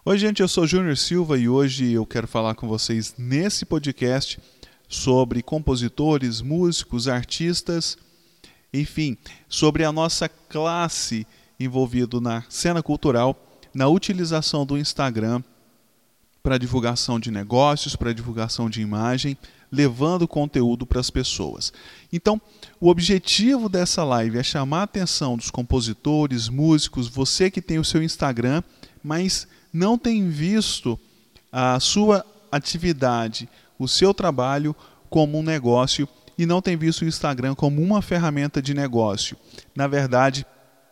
Oi, gente, eu sou Júnior Silva e hoje eu quero falar com vocês nesse podcast sobre compositores, músicos, artistas, enfim, sobre a nossa classe envolvida na cena cultural, na utilização do Instagram para divulgação de negócios, para divulgação de imagem, levando conteúdo para as pessoas. Então, o objetivo dessa live é chamar a atenção dos compositores, músicos, você que tem o seu Instagram, mas não tem visto a sua atividade, o seu trabalho como um negócio e não tem visto o Instagram como uma ferramenta de negócio. Na verdade,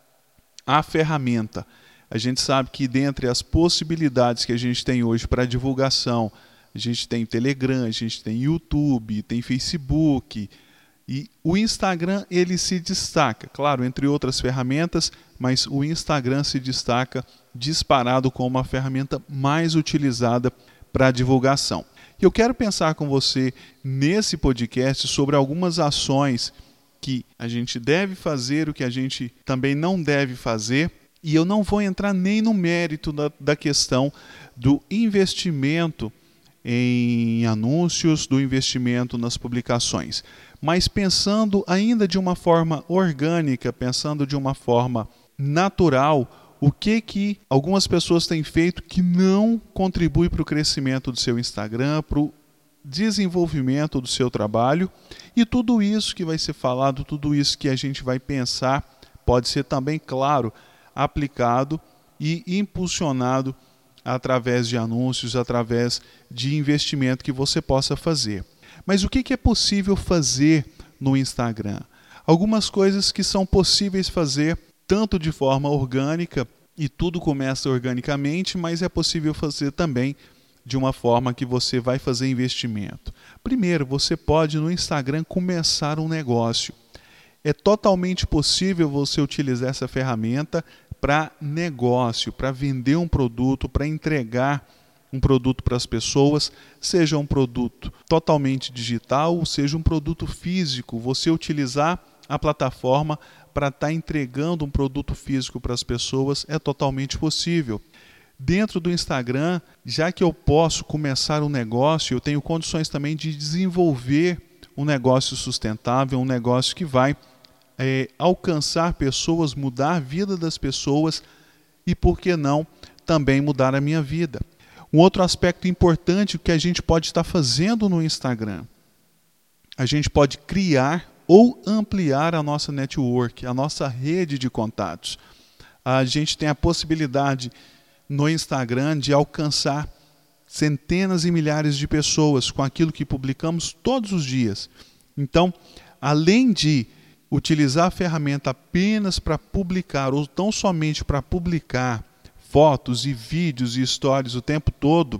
a ferramenta. A gente sabe que dentre as possibilidades que a gente tem hoje para divulgação, a gente tem Telegram, a gente tem YouTube, tem Facebook, e o Instagram ele se destaca, claro, entre outras ferramentas, mas o Instagram se destaca disparado como a ferramenta mais utilizada para divulgação. E eu quero pensar com você nesse podcast sobre algumas ações que a gente deve fazer, o que a gente também não deve fazer, e eu não vou entrar nem no mérito da questão do investimento em anúncios, do investimento nas publicações. Mas pensando ainda de uma forma orgânica, pensando de uma forma natural, o que algumas pessoas têm feito que não contribui para o crescimento do seu Instagram, para o desenvolvimento do seu trabalho, e tudo isso que vai ser falado, tudo isso que a gente vai pensar, pode ser também, claro, aplicado e impulsionado através de anúncios, através de investimento que você possa fazer. Mas o que é possível fazer no Instagram? Algumas coisas que são possíveis fazer tanto de forma orgânica, e tudo começa organicamente, mas é possível fazer também de uma forma que você vai fazer investimento. Primeiro, você pode no Instagram começar um negócio. É totalmente possível você utilizar essa ferramenta para negócio, para vender um produto, para entregar um produto para as pessoas, seja um produto totalmente digital, seja um produto físico, você utilizar a plataforma para estar entregando um produto físico para as pessoas é totalmente possível. Dentro do Instagram, já que eu posso começar um negócio, eu tenho condições também de desenvolver um negócio sustentável, um negócio que vai alcançar pessoas, mudar a vida das pessoas e, por que não, também mudar a minha vida. Um outro aspecto importante que a gente pode estar fazendo no Instagram, a gente pode criar ou ampliar a nossa network, a nossa rede de contatos. A gente tem a possibilidade no Instagram de alcançar centenas e milhares de pessoas com aquilo que publicamos todos os dias. Então, além de utilizar a ferramenta apenas para publicar, ou tão somente para publicar fotos e vídeos e stories o tempo todo,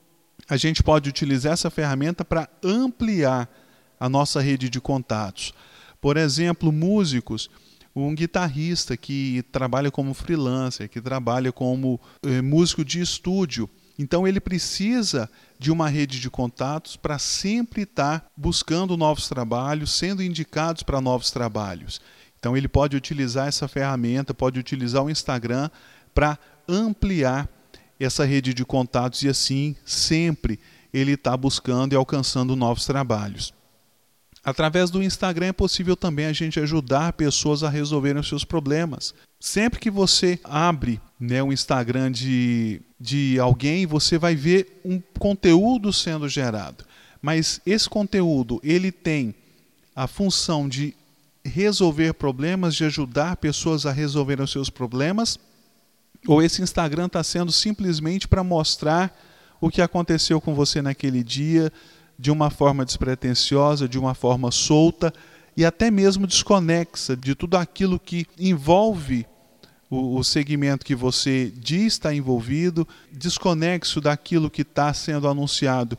a gente pode utilizar essa ferramenta para ampliar a nossa rede de contatos. Por exemplo, músicos, um guitarrista que trabalha como freelancer, que trabalha como músico de estúdio. Então ele precisa de uma rede de contatos para sempre estar buscando novos trabalhos, sendo indicados para novos trabalhos. Então ele pode utilizar essa ferramenta, pode utilizar o Instagram para ampliar essa rede de contatos e assim sempre ele está buscando e alcançando novos trabalhos. Através do Instagram é possível também a gente ajudar pessoas a resolverem os seus problemas. Sempre que você abre um Instagram de alguém, você vai ver um conteúdo sendo gerado. Mas esse conteúdo ele tem a função de resolver problemas, de ajudar pessoas a resolverem os seus problemas, ou esse Instagram está sendo simplesmente para mostrar o que aconteceu com você naquele dia, de uma forma despretensiosa, de uma forma solta e até mesmo desconexa de tudo aquilo que envolve o segmento que você diz estar envolvido, desconexo daquilo que está sendo anunciado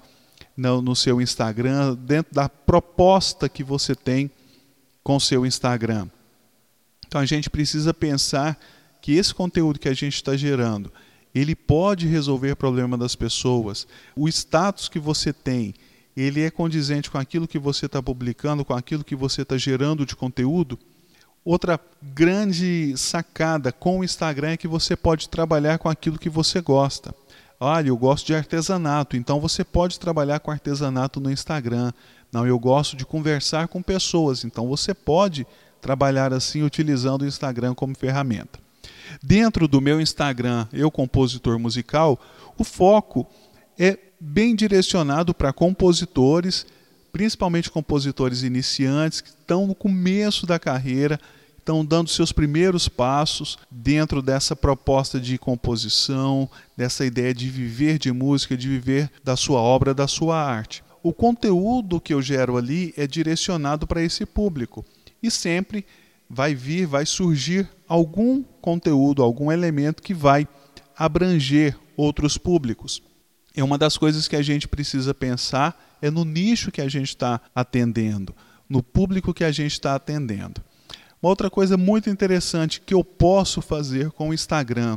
no seu Instagram, dentro da proposta que você tem com o seu Instagram. Então a gente precisa pensar que esse conteúdo que a gente está gerando, ele pode resolver o problema das pessoas. O status que você tem, ele é condizente com aquilo que você está publicando, com aquilo que você está gerando de conteúdo. Outra grande sacada com o Instagram é que você pode trabalhar com aquilo que você gosta. Olha, eu gosto de artesanato, então você pode trabalhar com artesanato no Instagram. Não, eu gosto de conversar com pessoas, então você pode trabalhar assim utilizando o Instagram como ferramenta. Dentro do meu Instagram, eu compositor musical, o foco é bem direcionado para compositores, principalmente compositores iniciantes que estão no começo da carreira, estão dando seus primeiros passos dentro dessa proposta de composição, dessa ideia de viver de música, de viver da sua obra, da sua arte. O conteúdo que eu gero ali é direcionado para esse público e sempre vai surgir algum conteúdo, algum elemento que vai abranger outros públicos. É uma das coisas que a gente precisa pensar é no nicho que a gente está atendendo, no público que a gente está atendendo. Uma outra coisa muito interessante que eu posso fazer com o Instagram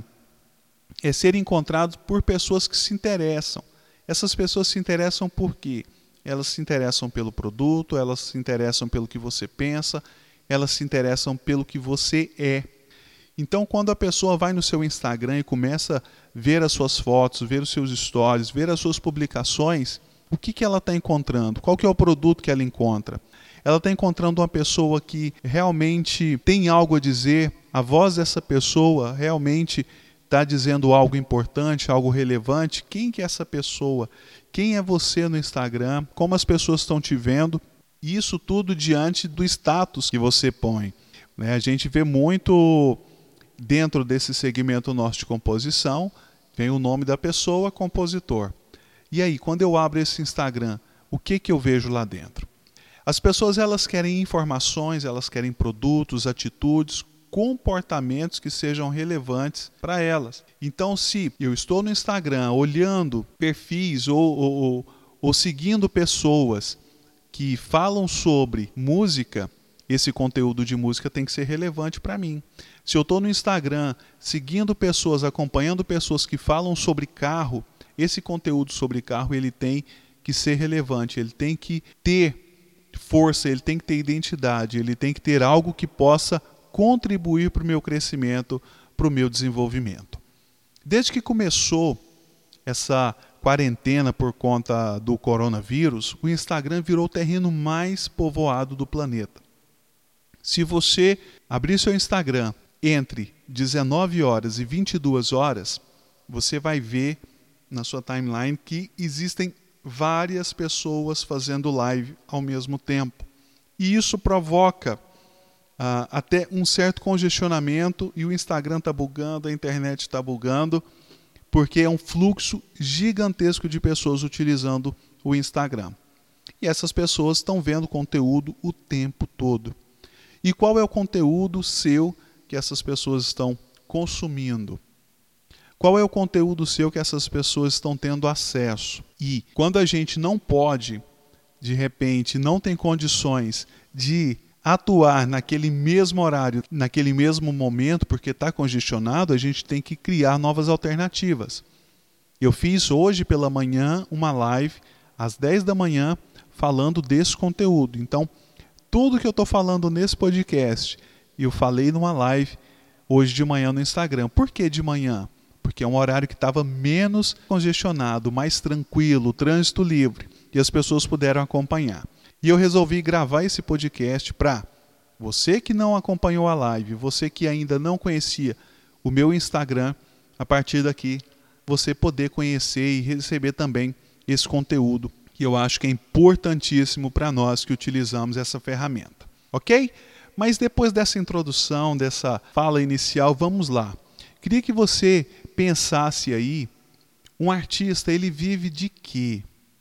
é ser encontrado por pessoas que se interessam. Essas pessoas se interessam por quê? Elas se interessam pelo produto, elas se interessam pelo que você pensa, elas se interessam pelo que você é. Então, quando a pessoa vai no seu Instagram e começa a ver as suas fotos, ver os seus stories, ver as suas publicações, o que ela está encontrando? Qual que é o produto que ela encontra? Ela está encontrando uma pessoa que realmente tem algo a dizer, a voz dessa pessoa realmente está dizendo algo importante, algo relevante. Quem que é essa pessoa? Quem é você no Instagram? Como as pessoas estão te vendo? Isso tudo diante do status que você põe. A gente vê muito dentro desse segmento nosso de composição, vem o nome da pessoa, compositor. E aí, quando eu abro esse Instagram, o que eu vejo lá dentro? As pessoas elas querem informações, elas querem produtos, atitudes, comportamentos que sejam relevantes para elas. Então, se eu estou no Instagram olhando perfis ou seguindo pessoas que falam sobre música, esse conteúdo de música tem que ser relevante para mim. Se eu estou no Instagram seguindo pessoas, acompanhando pessoas que falam sobre carro, esse conteúdo sobre carro ele tem que ser relevante, ele tem que ter força, ele tem que ter identidade, ele tem que ter algo que possa contribuir para o meu crescimento, para o meu desenvolvimento. Desde que começou essa quarentena por conta do coronavírus, o Instagram virou o terreno mais povoado do planeta. Se você abrir seu Instagram entre 19 horas e 22 horas, você vai ver na sua timeline que existem várias pessoas fazendo live ao mesmo tempo. E isso provoca até um certo congestionamento e o Instagram está bugando, a internet está bugando, porque é um fluxo gigantesco de pessoas utilizando o Instagram. E essas pessoas estão vendo conteúdo o tempo todo. E qual é o conteúdo seu que essas pessoas estão consumindo? Qual é o conteúdo seu que essas pessoas estão tendo acesso? E quando a gente não pode, de repente, não tem condições de atuar naquele mesmo horário, naquele mesmo momento, porque está congestionado, a gente tem que criar novas alternativas. Eu fiz hoje pela manhã uma live às 10 da manhã falando desse conteúdo. Então, tudo que eu estou falando nesse podcast, eu falei numa live hoje de manhã no Instagram. Por que de manhã? Porque é um horário que estava menos congestionado, mais tranquilo, trânsito livre, e as pessoas puderam acompanhar. E eu resolvi gravar esse podcast para você que não acompanhou a live, você que ainda não conhecia o meu Instagram, a partir daqui você poder conhecer e receber também esse conteúdo, que eu acho que é importantíssimo para nós que utilizamos essa ferramenta. Ok? Mas depois dessa introdução, dessa fala inicial, vamos lá. Queria que você pensasse aí, um artista, ele vive de quê?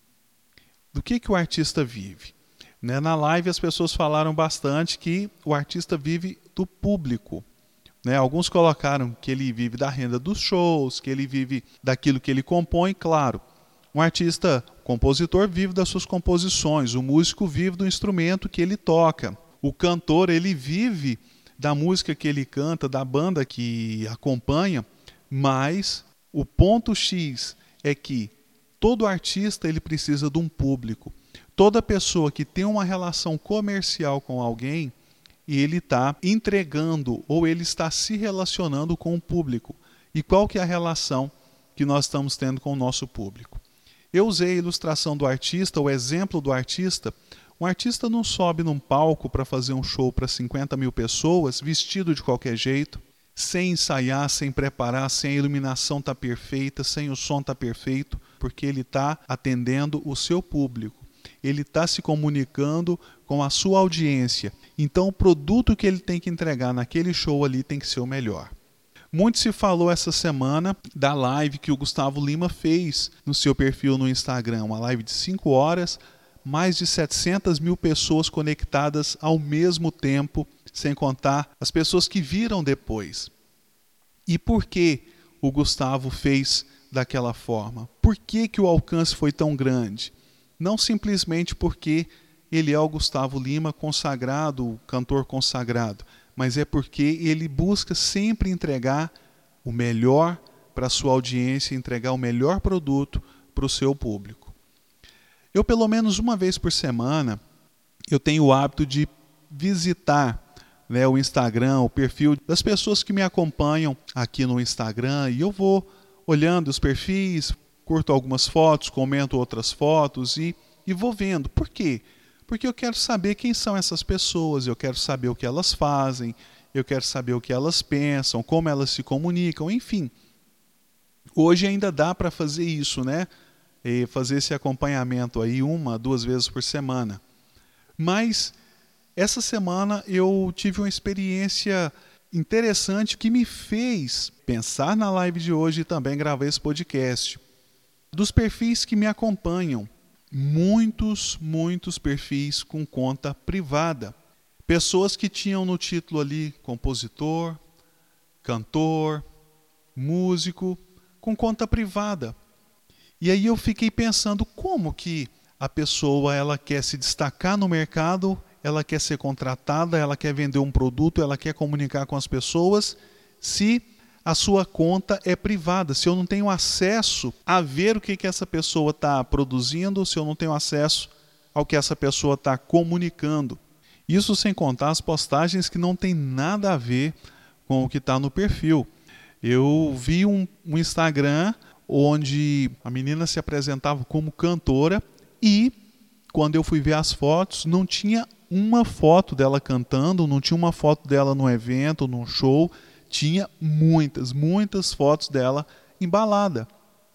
Do que o artista vive? Na live as pessoas falaram bastante que o artista vive do público. Alguns colocaram que ele vive da renda dos shows, que ele vive daquilo que ele compõe. Claro, um artista, compositor, vive das suas composições. O músico vive do instrumento que ele toca. O cantor, ele vive da música que ele canta, da banda que acompanha. Mas o ponto X é que todo artista ele precisa de um público. Toda pessoa que tem uma relação comercial com alguém, ele está entregando ou ele está se relacionando com o público. E qual que é a relação que nós estamos tendo com o nosso público. Eu usei a ilustração do artista, o exemplo do artista. Um artista não sobe num palco para fazer um show para 50 mil pessoas, vestido de qualquer jeito, sem ensaiar, sem preparar, sem a iluminação estar perfeita, sem o som estar perfeito, porque ele está atendendo o seu público. Ele está se comunicando com a sua audiência. Então o produto que ele tem que entregar naquele show ali tem que ser o melhor. Muito se falou essa semana da live que o Gustavo Lima fez no seu perfil no Instagram. Uma live de 5 horas, mais de 700 mil pessoas conectadas ao mesmo tempo, sem contar as pessoas que viram depois. E por que o Gustavo fez daquela forma? Por que o alcance foi tão grande? Não simplesmente porque ele é o Gustavo Lima consagrado, o cantor consagrado, mas é porque ele busca sempre entregar o melhor para a sua audiência, entregar o melhor produto para o seu público. Eu, pelo menos uma vez por semana, eu tenho o hábito de visitar, né, o Instagram, o perfil das pessoas que me acompanham aqui no Instagram, e eu vou olhando os perfis, curto algumas fotos, comento outras fotos e vou vendo. Por quê? Porque eu quero saber quem são essas pessoas, eu quero saber o que elas fazem, eu quero saber o que elas pensam, como elas se comunicam, enfim. Hoje ainda dá para fazer isso, né? E fazer esse acompanhamento aí 1, 2 vezes por semana. Mas essa semana eu tive uma experiência interessante que me fez pensar na live de hoje e também gravar esse podcast. Dos perfis que me acompanham, muitos perfis com conta privada. Pessoas que tinham no título ali compositor, cantor, músico, com conta privada. E aí eu fiquei pensando como que a pessoa ela quer se destacar no mercado, ela quer ser contratada, ela quer vender um produto, ela quer comunicar com as pessoas, se a sua conta é privada, se eu não tenho acesso a ver o que essa pessoa está produzindo, se eu não tenho acesso ao que essa pessoa está comunicando. Isso sem contar as postagens que não tem nada a ver com o que está no perfil. Eu vi um Instagram onde a menina se apresentava como cantora e quando eu fui ver as fotos, não tinha uma foto dela cantando, não tinha uma foto dela num evento, num show, tinha muitas fotos dela embalada.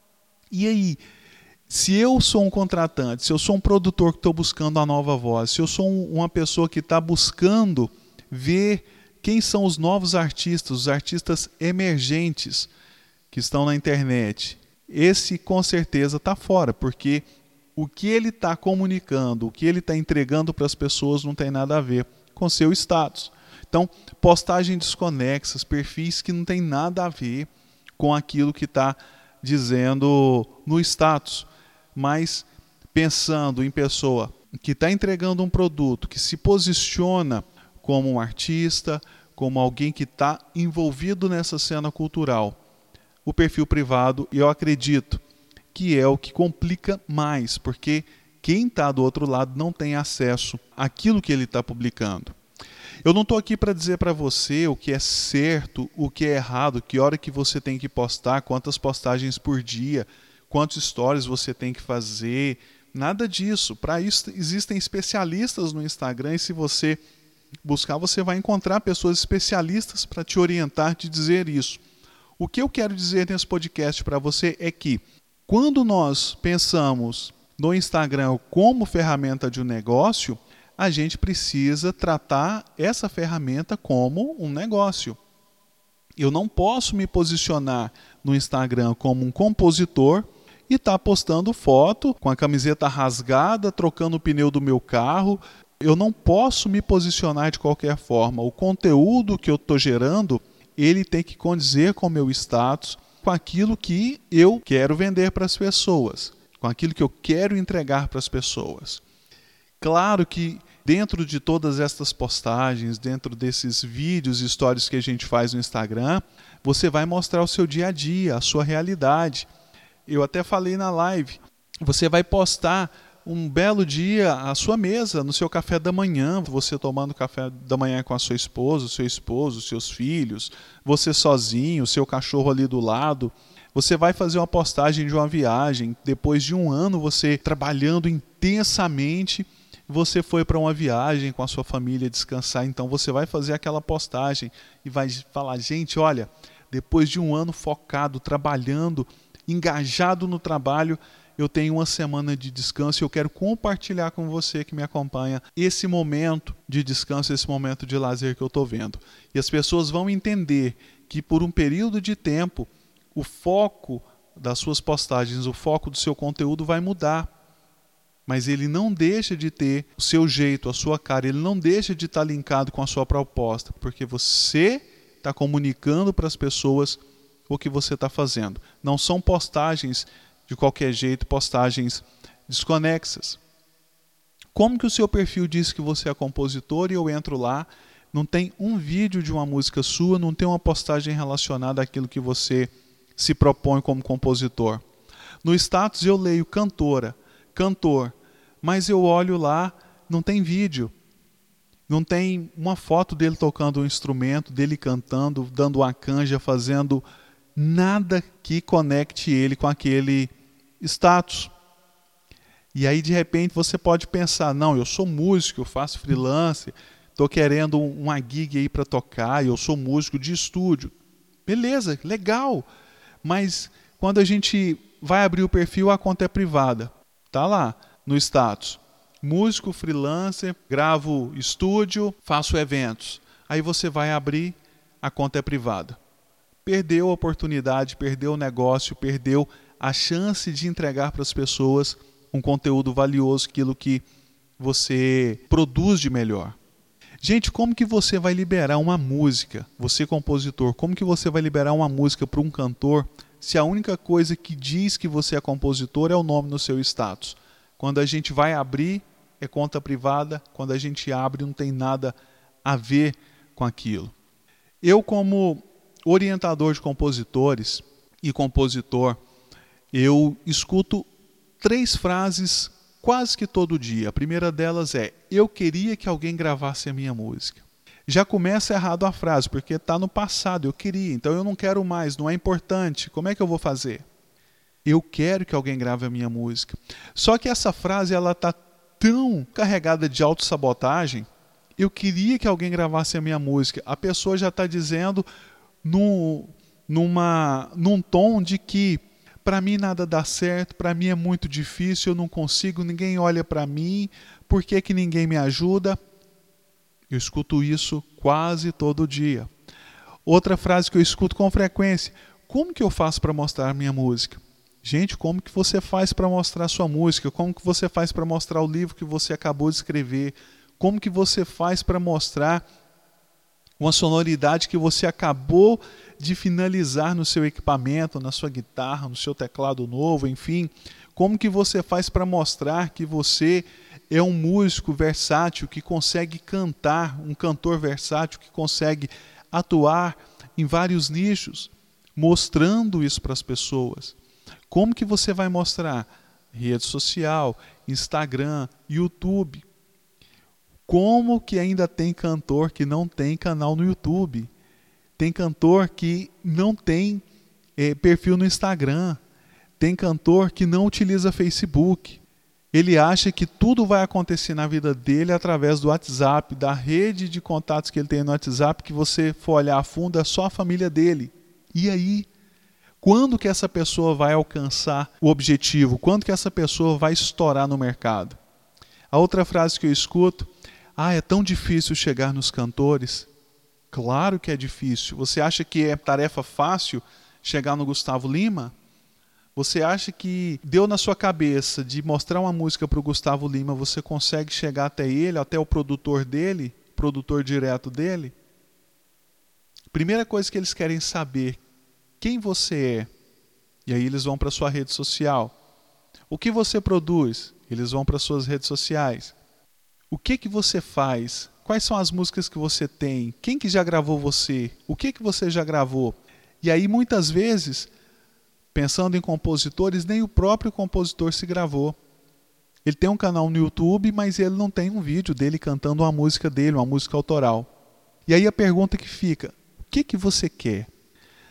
E aí, se eu sou um contratante, se eu sou um produtor que estou buscando a nova voz, se eu sou uma pessoa que está buscando ver quem são os novos artistas, os artistas emergentes que estão na internet, esse com certeza está fora, porque o que ele está comunicando, o que ele está entregando para as pessoas não tem nada a ver com seu status. Então, postagens desconexas, perfis que não tem nada a ver com aquilo que está dizendo no status, mas pensando em pessoa que está entregando um produto, que se posiciona como um artista, como alguém que está envolvido nessa cena cultural. O perfil privado, eu acredito que é o que complica mais, porque quem está do outro lado não tem acesso àquilo que ele está publicando. Eu não estou aqui para dizer para você o que é certo, o que é errado, que hora que você tem que postar, quantas postagens por dia, quantos stories você tem que fazer, nada disso. Para isso existem especialistas no Instagram e se você buscar, você vai encontrar pessoas especialistas para te orientar, te dizer isso. O que eu quero dizer nesse podcast para você é que quando nós pensamos no Instagram como ferramenta de um negócio, a gente precisa tratar essa ferramenta como um negócio. Eu não posso me posicionar no Instagram como um compositor e estar postando foto com a camiseta rasgada, trocando o pneu do meu carro. Eu não posso me posicionar de qualquer forma. O conteúdo que eu estou gerando, ele tem que condizer com o meu status, com aquilo que eu quero vender para as pessoas, com aquilo que eu quero entregar para as pessoas. Claro que dentro de todas estas postagens, dentro desses vídeos e stories que a gente faz no Instagram, você vai mostrar o seu dia a dia, a sua realidade. Eu até falei na live, você vai postar um belo dia a sua mesa, no seu café da manhã, você tomando café da manhã com a sua esposa, o seu esposo, os seus filhos, você sozinho, o seu cachorro ali do lado, Você vai fazer uma postagem de uma viagem, depois de um ano você trabalhando intensamente, você foi para uma viagem com a sua família descansar, então você vai fazer aquela postagem e vai falar, gente, olha, depois de um ano focado, trabalhando, engajado no trabalho, eu tenho uma semana de descanso e eu quero compartilhar com você que me acompanha esse momento de descanso, esse momento de lazer que eu estou vendo. E as pessoas vão entender que por um período de tempo, o foco das suas postagens, o foco do seu conteúdo vai mudar. Mas ele não deixa de ter o seu jeito, a sua cara, ele não deixa de estar linkado com a sua proposta, porque você está comunicando para as pessoas o que você está fazendo. Não são postagens de qualquer jeito, postagens desconexas. Como que o seu perfil diz que você é compositor e eu entro lá, não tem um vídeo de uma música sua, não tem uma postagem relacionada àquilo que você se propõe como compositor. No status eu leio cantora, cantor, mas eu olho lá, não tem vídeo, não tem uma foto dele tocando um instrumento, dele cantando, dando uma canja, fazendo nada que conecte ele com aquele status. E aí de repente você pode pensar, não, eu sou músico, eu faço freelance, estou querendo uma gig aí para tocar, eu sou músico de estúdio. Beleza, legal, mas quando a gente vai abrir o perfil, a conta é privada. Está lá no status. Músico, freelancer, gravo estúdio, faço eventos. Aí você vai abrir, a conta é privada. Perdeu a oportunidade, perdeu o negócio, perdeu a chance de entregar para as pessoas um conteúdo valioso, aquilo que você produz de melhor. Gente, como que você vai liberar uma música, você compositor, como que você vai liberar uma música para um cantor se a única coisa que diz que você é compositor é o nome no seu status? Quando a gente vai abrir, é conta privada, quando a gente abre, não tem nada a ver com aquilo. Eu, como orientador de compositores e compositor, eu escuto 3 frases quase que todo dia. A primeira delas é, eu queria que alguém gravasse a minha música. Já começa errado a frase, porque está no passado, eu queria, então eu não quero mais, não é importante, como é que eu vou fazer? Eu quero que alguém grave a minha música. Só que essa frase ela está tão carregada de autossabotagem, eu queria que alguém gravasse a minha música. A pessoa já está dizendo num tom de que para mim nada dá certo, para mim é muito difícil, eu não consigo, ninguém olha para mim, por que que ninguém me ajuda? Eu escuto isso quase todo dia. Outra frase que eu escuto com frequência, como que eu faço para mostrar a minha música? Gente, como que você faz para mostrar a sua música? Como que você faz para mostrar o livro que você acabou de escrever? Como que você faz para mostrar uma sonoridade que você acabou de finalizar no seu equipamento, na sua guitarra, no seu teclado novo, enfim? Como que você faz para mostrar que você é um músico versátil, que consegue cantar, um cantor versátil, que consegue atuar em vários nichos, mostrando isso para as pessoas? Como que você vai mostrar? Rede social, Instagram, YouTube. Como que ainda tem cantor que não tem canal no YouTube? Tem cantor que não tem perfil no Instagram. Tem cantor que não utiliza Facebook. Ele acha que tudo vai acontecer na vida dele através do WhatsApp, da rede de contatos que ele tem no WhatsApp, que você for olhar a fundo, é só a família dele. E aí? Quando que essa pessoa vai alcançar o objetivo? Quando que essa pessoa vai estourar no mercado? A outra frase que eu escuto, é tão difícil chegar nos cantores. Claro que é difícil. Você acha que é tarefa fácil chegar no Gustavo Lima? Você acha que deu na sua cabeça de mostrar uma música para o Gustavo Lima, você consegue chegar até ele, até o produtor dele, produtor direto dele? Primeira coisa que eles querem saber, quem você é? E aí eles vão para a sua rede social. O que você produz? Eles vão para as suas redes sociais. O que você faz? Quais são as músicas que você tem? Quem que já gravou você? O que você já gravou? E aí muitas vezes, pensando em compositores, nem o próprio compositor se gravou. Ele tem um canal no YouTube, mas ele não tem um vídeo dele cantando uma música dele, uma música autoral. E aí a pergunta que fica, o que você quer?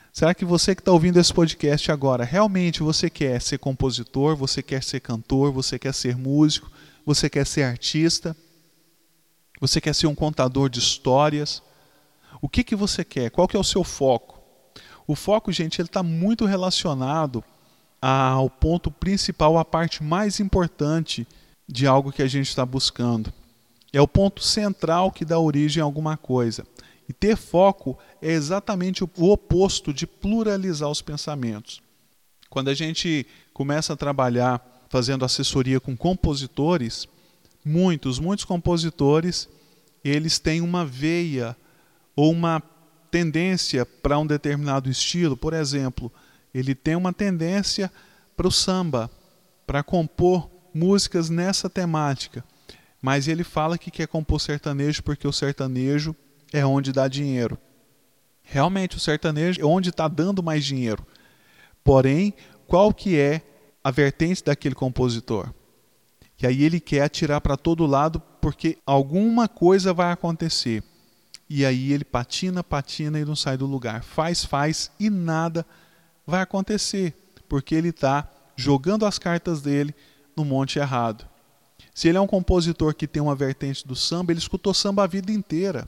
Será que você que está ouvindo esse podcast agora, realmente você quer ser compositor, você quer ser cantor, você quer ser músico, você quer ser artista, você quer ser um contador de histórias? O que você quer? Qual que é o seu foco? O foco, gente, ele está muito relacionado ao ponto principal, à parte mais importante de algo que a gente está buscando. É o ponto central que dá origem a alguma coisa. E ter foco é exatamente o oposto de pluralizar os pensamentos. Quando a gente começa a trabalhar fazendo assessoria com compositores, muitos compositores, eles têm uma veia ou uma tendência para um determinado estilo. Por exemplo, ele tem uma tendência para o samba, para compor músicas nessa temática. Mas ele fala que quer compor sertanejo porque o sertanejo é onde dá dinheiro. Realmente o sertanejo é onde está dando mais dinheiro. Porém, qual que é a vertente daquele compositor? E aí ele quer atirar para todo lado porque alguma coisa vai acontecer. E aí ele patina e não sai do lugar. Faz e nada vai acontecer. Porque ele está jogando as cartas dele no monte errado. Se ele é um compositor que tem uma vertente do samba, ele escutou samba a vida inteira.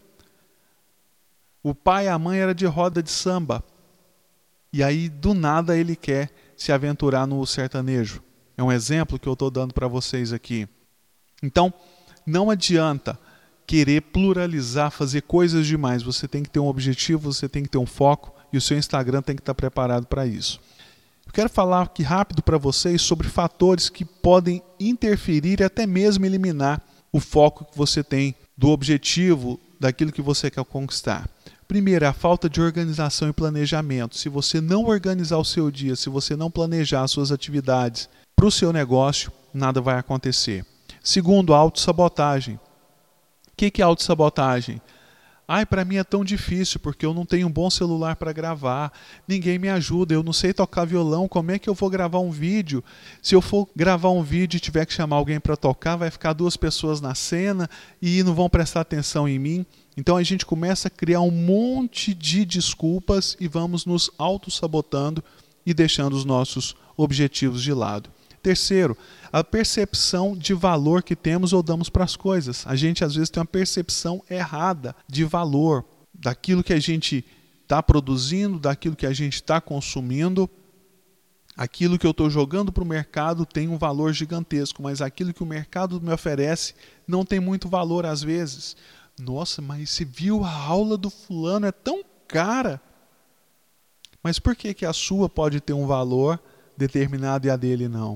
O pai e a mãe era de roda de samba. E aí, do nada, ele quer se aventurar no sertanejo. É um exemplo que eu estou dando para vocês aqui. Então, não adianta querer pluralizar, fazer coisas demais. Você tem que ter um objetivo, você tem que ter um foco e o seu Instagram tem que estar preparado para isso. Eu quero falar aqui rápido para vocês sobre fatores que podem interferir e até mesmo eliminar o foco que você tem do objetivo daquilo que você quer conquistar. Primeiro, a falta de organização e planejamento. Se você não organizar o seu dia, se você não planejar as suas atividades para o seu negócio, nada vai acontecer. Segundo, a autossabotagem. O que é autossabotagem? Para mim é tão difícil porque eu não tenho um bom celular para gravar, ninguém me ajuda, eu não sei tocar violão, como é que eu vou gravar um vídeo? Se eu for gravar um vídeo e tiver que chamar alguém para tocar, vai ficar 2 pessoas na cena e não vão prestar atenção em mim. Então a gente começa a criar um monte de desculpas e vamos nos autossabotando e deixando os nossos objetivos de lado. Terceiro, a percepção de valor que temos ou damos para as coisas. A gente às vezes tem uma percepção errada de valor, daquilo que a gente está produzindo, daquilo que a gente está consumindo. Aquilo que eu estou jogando para o mercado tem um valor gigantesco, mas aquilo que o mercado me oferece não tem muito valor às vezes. Nossa, mas você viu a aula do fulano, é tão cara. Mas por que a sua pode ter um valor determinado e a dele não?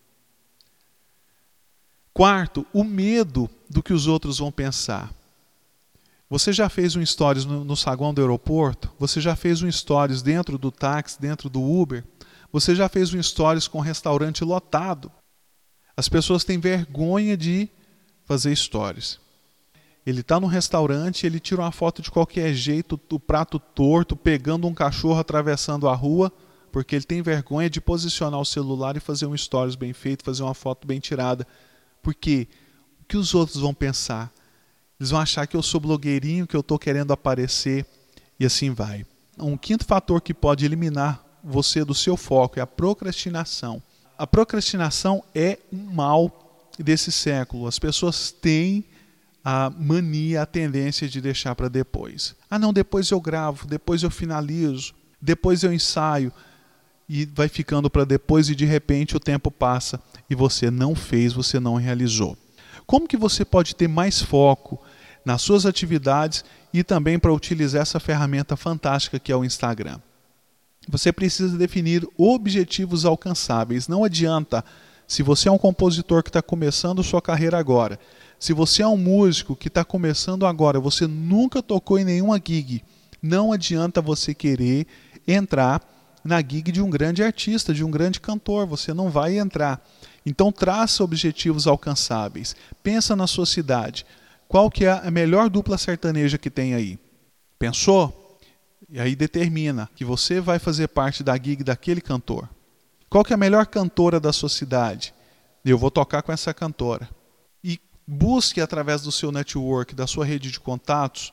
Quarto, o medo do que os outros vão pensar. Você já fez um stories no saguão do aeroporto? Você já fez um stories dentro do táxi, dentro do Uber? Você já fez um stories com um restaurante lotado? As pessoas têm vergonha de fazer stories. Ele está num restaurante, ele tira uma foto de qualquer jeito, o prato torto, pegando um cachorro atravessando a rua, porque ele tem vergonha de posicionar o celular e fazer um stories bem feito, fazer uma foto bem tirada. Porque o que os outros vão pensar? Eles vão achar que eu sou blogueirinho, que eu estou querendo aparecer e assim vai. Um quinto fator que pode eliminar você do seu foco é a procrastinação. A procrastinação é um mal desse século. As pessoas têm a mania, a tendência de deixar para depois. Não, depois eu gravo, depois eu finalizo, depois eu ensaio. E vai ficando para depois e de repente o tempo passa e você não fez, você não realizou. Como que você pode ter mais foco nas suas atividades e também para utilizar essa ferramenta fantástica que é o Instagram? Você precisa definir objetivos alcançáveis. Não adianta, se você é um compositor que está começando sua carreira agora, se você é um músico que está começando agora, você nunca tocou em nenhuma gig, não adianta você querer entrar na gig de um grande artista, de um grande cantor, você não vai entrar. Então traça objetivos alcançáveis. Pensa na sua cidade. Qual que é a melhor dupla sertaneja que tem aí? Pensou? E aí determina que você vai fazer parte da gig daquele cantor. Qual que é a melhor cantora da sua cidade? Eu vou tocar com essa cantora. E busque através do seu network, da sua rede de contatos,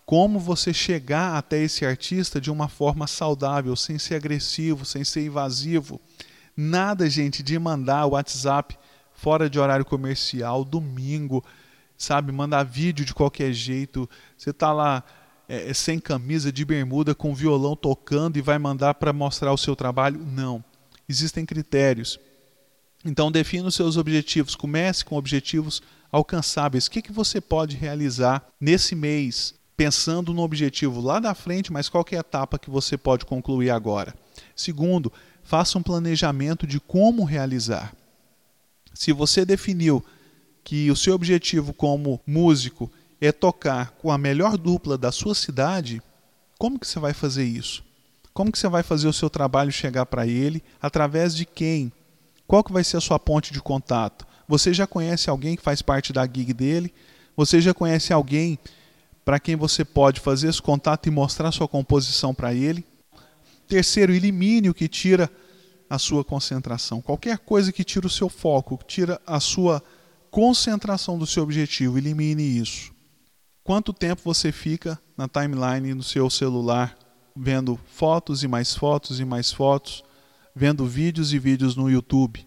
como você chegar até esse artista de uma forma saudável, sem ser agressivo, sem ser invasivo. Nada, gente, de mandar o WhatsApp fora de horário comercial, domingo, sabe? Mandar vídeo de qualquer jeito. Você está lá sem camisa, de bermuda, com violão tocando e vai mandar para mostrar o seu trabalho? Não. Existem critérios. Então defina os seus objetivos. Comece com objetivos alcançáveis. O que você pode realizar nesse mês? Pensando no objetivo lá da frente, mas qual que é a etapa que você pode concluir agora? Segundo, faça um planejamento de como realizar. Se você definiu que o seu objetivo como músico é tocar com a melhor dupla da sua cidade, como que você vai fazer isso? Como que você vai fazer o seu trabalho chegar para ele? Através de quem? Qual que vai ser a sua ponte de contato? Você já conhece alguém que faz parte da gig dele? Você já conhece alguém para quem você pode fazer esse contato e mostrar sua composição para ele? Terceiro, elimine o que tira a sua concentração. Qualquer coisa que tira o seu foco, que tira a sua concentração do seu objetivo, elimine isso. Quanto tempo você fica na timeline no seu celular, vendo fotos e mais fotos e mais fotos, vendo vídeos e vídeos no YouTube?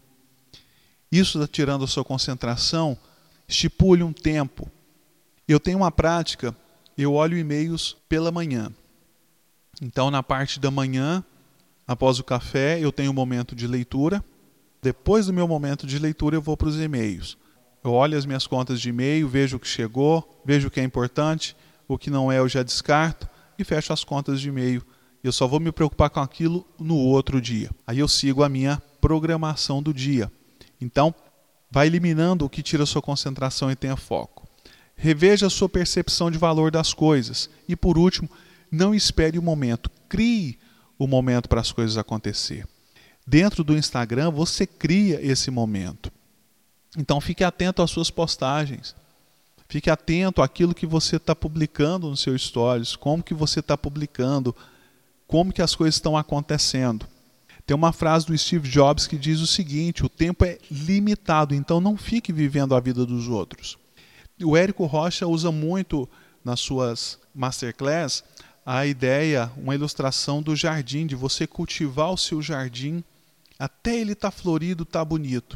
Isso está tirando a sua concentração? Estipule um tempo. Eu tenho uma prática, eu olho e-mails pela manhã. Então, na parte da manhã, após o café, eu tenho um momento de leitura. Depois do meu momento de leitura, eu vou para os e-mails. Eu olho as minhas contas de e-mail, vejo o que chegou, vejo o que é importante, o que não é eu já descarto e fecho as contas de e-mail. Eu só vou me preocupar com aquilo no outro dia. Aí eu sigo a minha programação do dia. Então, vai eliminando o que tira a sua concentração e tenha foco. Reveja a sua percepção de valor das coisas. E por último, não espere o momento. Crie o momento para as coisas acontecer. Dentro do Instagram, você cria esse momento. Então fique atento às suas postagens. Fique atento àquilo que você está publicando nos seus stories. Como que você está publicando. Como que as coisas estão acontecendo. Tem uma frase do Steve Jobs que diz o seguinte: o tempo é limitado, então não fique vivendo a vida dos outros. O Érico Rocha usa muito nas suas masterclass a ideia, uma ilustração do jardim, de você cultivar o seu jardim até ele estar florido, estar bonito.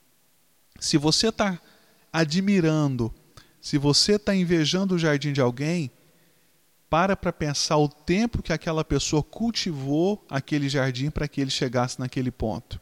Se você está admirando, se você está invejando o jardim de alguém, para pensar o tempo que aquela pessoa cultivou aquele jardim para que ele chegasse naquele ponto.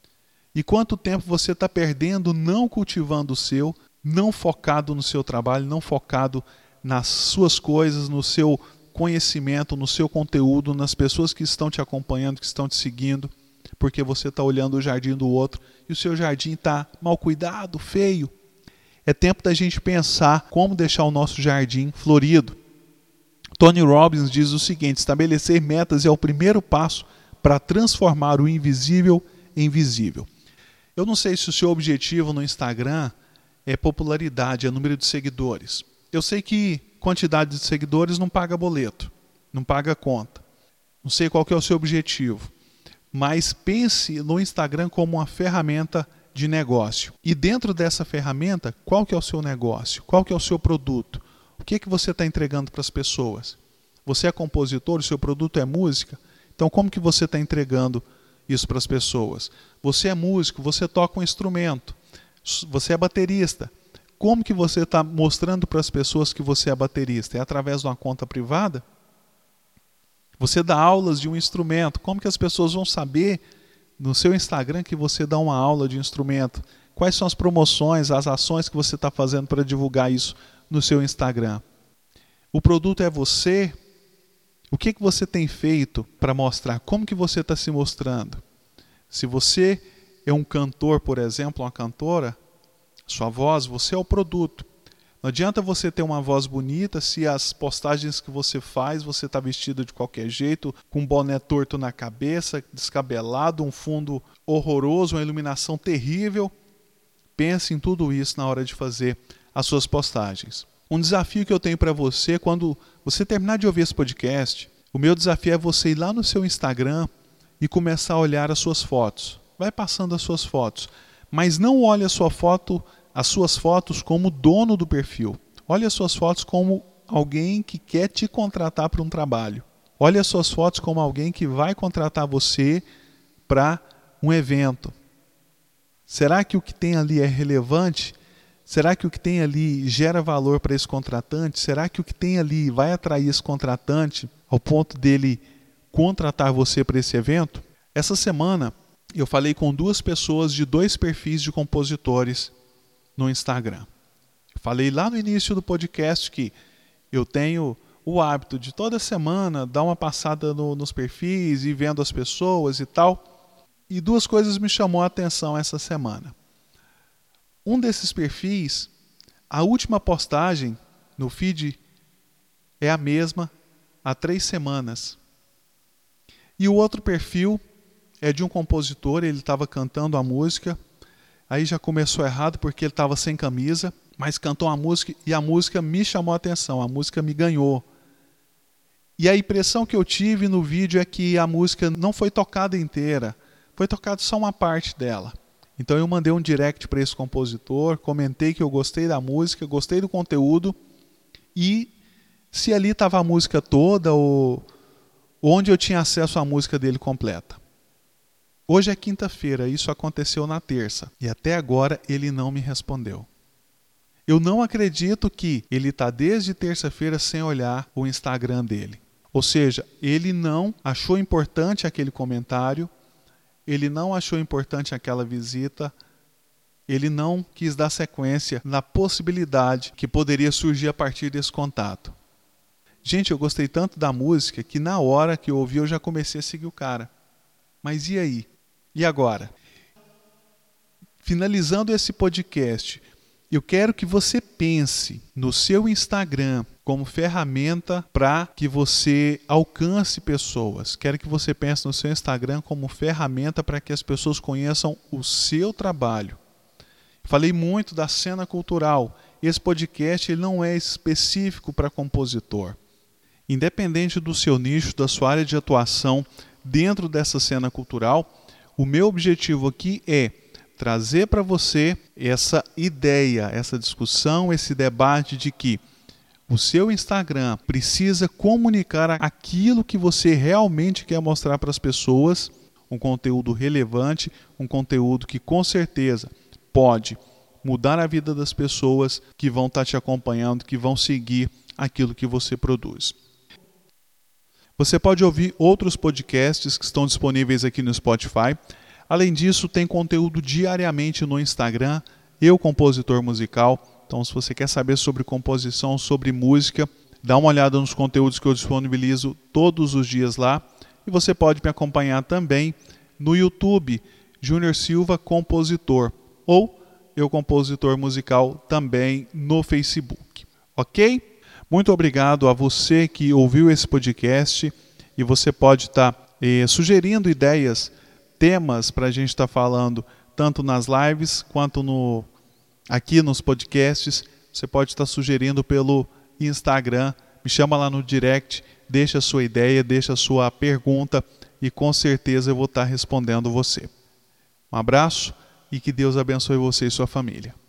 E quanto tempo você está perdendo não cultivando o seu, não focado no seu trabalho, não focado nas suas coisas, no seu conhecimento, no seu conteúdo, nas pessoas que estão te acompanhando, que estão te seguindo, porque você está olhando o jardim do outro e o seu jardim está mal cuidado, feio. É tempo da gente pensar como deixar o nosso jardim florido. Tony Robbins diz o seguinte: estabelecer metas é o primeiro passo para transformar o invisível em visível. Eu não sei se o seu objetivo no Instagram é popularidade, é número de seguidores. Eu sei que quantidade de seguidores não paga boleto, não paga conta. Não sei qual que é o seu objetivo, mas pense no Instagram como uma ferramenta de negócio. E dentro dessa ferramenta, qual que é o seu negócio? Qual que é o seu produto? O que você está entregando para as pessoas? Você é compositor, o seu produto é música? Então como que você está entregando isso para as pessoas? Você é músico, você toca um instrumento, você é baterista. Como que você está mostrando para as pessoas que você é baterista? É através de uma conta privada? Você dá aulas de um instrumento. Como que as pessoas vão saber no seu Instagram que você dá uma aula de instrumento? Quais são as promoções, as ações que você está fazendo para divulgar isso no seu Instagram? O produto é você? O que você tem feito para mostrar? Como que você está se mostrando? Se você é um cantor, por exemplo, uma cantora, sua voz, você é o produto. Não adianta você ter uma voz bonita se as postagens que você faz, você está vestido de qualquer jeito, com um boné torto na cabeça, descabelado, um fundo horroroso, uma iluminação terrível. Pense em tudo isso na hora de fazer as suas postagens. Um desafio que eu tenho para você, quando você terminar de ouvir esse podcast, o meu desafio é você ir lá no seu Instagram e começar a olhar as suas fotos. Vai passando as suas fotos, mas não olhe as suas fotos como dono do perfil. Olhe as suas fotos como alguém que quer te contratar para um trabalho. Olhe as suas fotos como alguém que vai contratar você para um evento. Será que o que tem ali é relevante? Será que o que tem ali gera valor para esse contratante? Será que o que tem ali vai atrair esse contratante ao ponto dele contratar você para esse evento? Essa semana eu falei com 2 pessoas de 2 perfis de compositores no Instagram. Eu falei lá no início do podcast que eu tenho o hábito de toda semana dar uma passada nos perfis e vendo as pessoas e tal. E 2 coisas me chamou a atenção essa semana. Um desses perfis, a última postagem no feed é a mesma há 3 semanas. E o outro perfil é de um compositor, ele estava cantando a música, aí já começou errado porque ele estava sem camisa, mas cantou a música e a música me chamou a atenção, a música me ganhou. E a impressão que eu tive no vídeo é que a música não foi tocada inteira, foi tocada só uma parte dela. Então eu mandei um direct para esse compositor, comentei que eu gostei da música, gostei do conteúdo, e se ali estava a música toda ou onde eu tinha acesso à música dele completa. Hoje é quinta-feira, isso aconteceu na terça, e até agora ele não me respondeu. Eu não acredito que ele está desde terça-feira sem olhar o Instagram dele. Ou seja, ele não achou importante aquele comentário, ele não achou importante aquela visita, ele não quis dar sequência na possibilidade que poderia surgir a partir desse contato. Gente, eu gostei tanto da música que na hora que eu ouvi eu já comecei a seguir o cara. Mas e aí? E agora? Finalizando esse podcast, eu quero que você pense no seu Instagram como ferramenta para que você alcance pessoas. Quero que você pense no seu Instagram como ferramenta para que as pessoas conheçam o seu trabalho. Falei muito da cena cultural. Esse podcast ele não é específico para compositor. Independente do seu nicho, da sua área de atuação dentro dessa cena cultural, o meu objetivo aqui é trazer para você essa ideia, essa discussão, esse debate de que o seu Instagram precisa comunicar aquilo que você realmente quer mostrar para as pessoas, um conteúdo relevante, um conteúdo que com certeza pode mudar a vida das pessoas que vão estar te acompanhando, que vão seguir aquilo que você produz. Você pode ouvir outros podcasts que estão disponíveis aqui no Spotify. Além disso, tem conteúdo diariamente no Instagram, Eu Compositor Musical. Então, se você quer saber sobre composição, sobre música, dá uma olhada nos conteúdos que eu disponibilizo todos os dias lá. E você pode me acompanhar também no YouTube, Júnior Silva Compositor, ou Eu Compositor Musical também no Facebook. Ok? Muito obrigado a você que ouviu esse podcast e você pode estar sugerindo ideias, temas para a gente estar falando tanto nas lives quanto aqui nos podcasts. Você pode estar sugerindo pelo Instagram, me chama lá no direct, deixa a sua ideia, deixa a sua pergunta e com certeza eu vou estar respondendo você. Um abraço e que Deus abençoe você e sua família.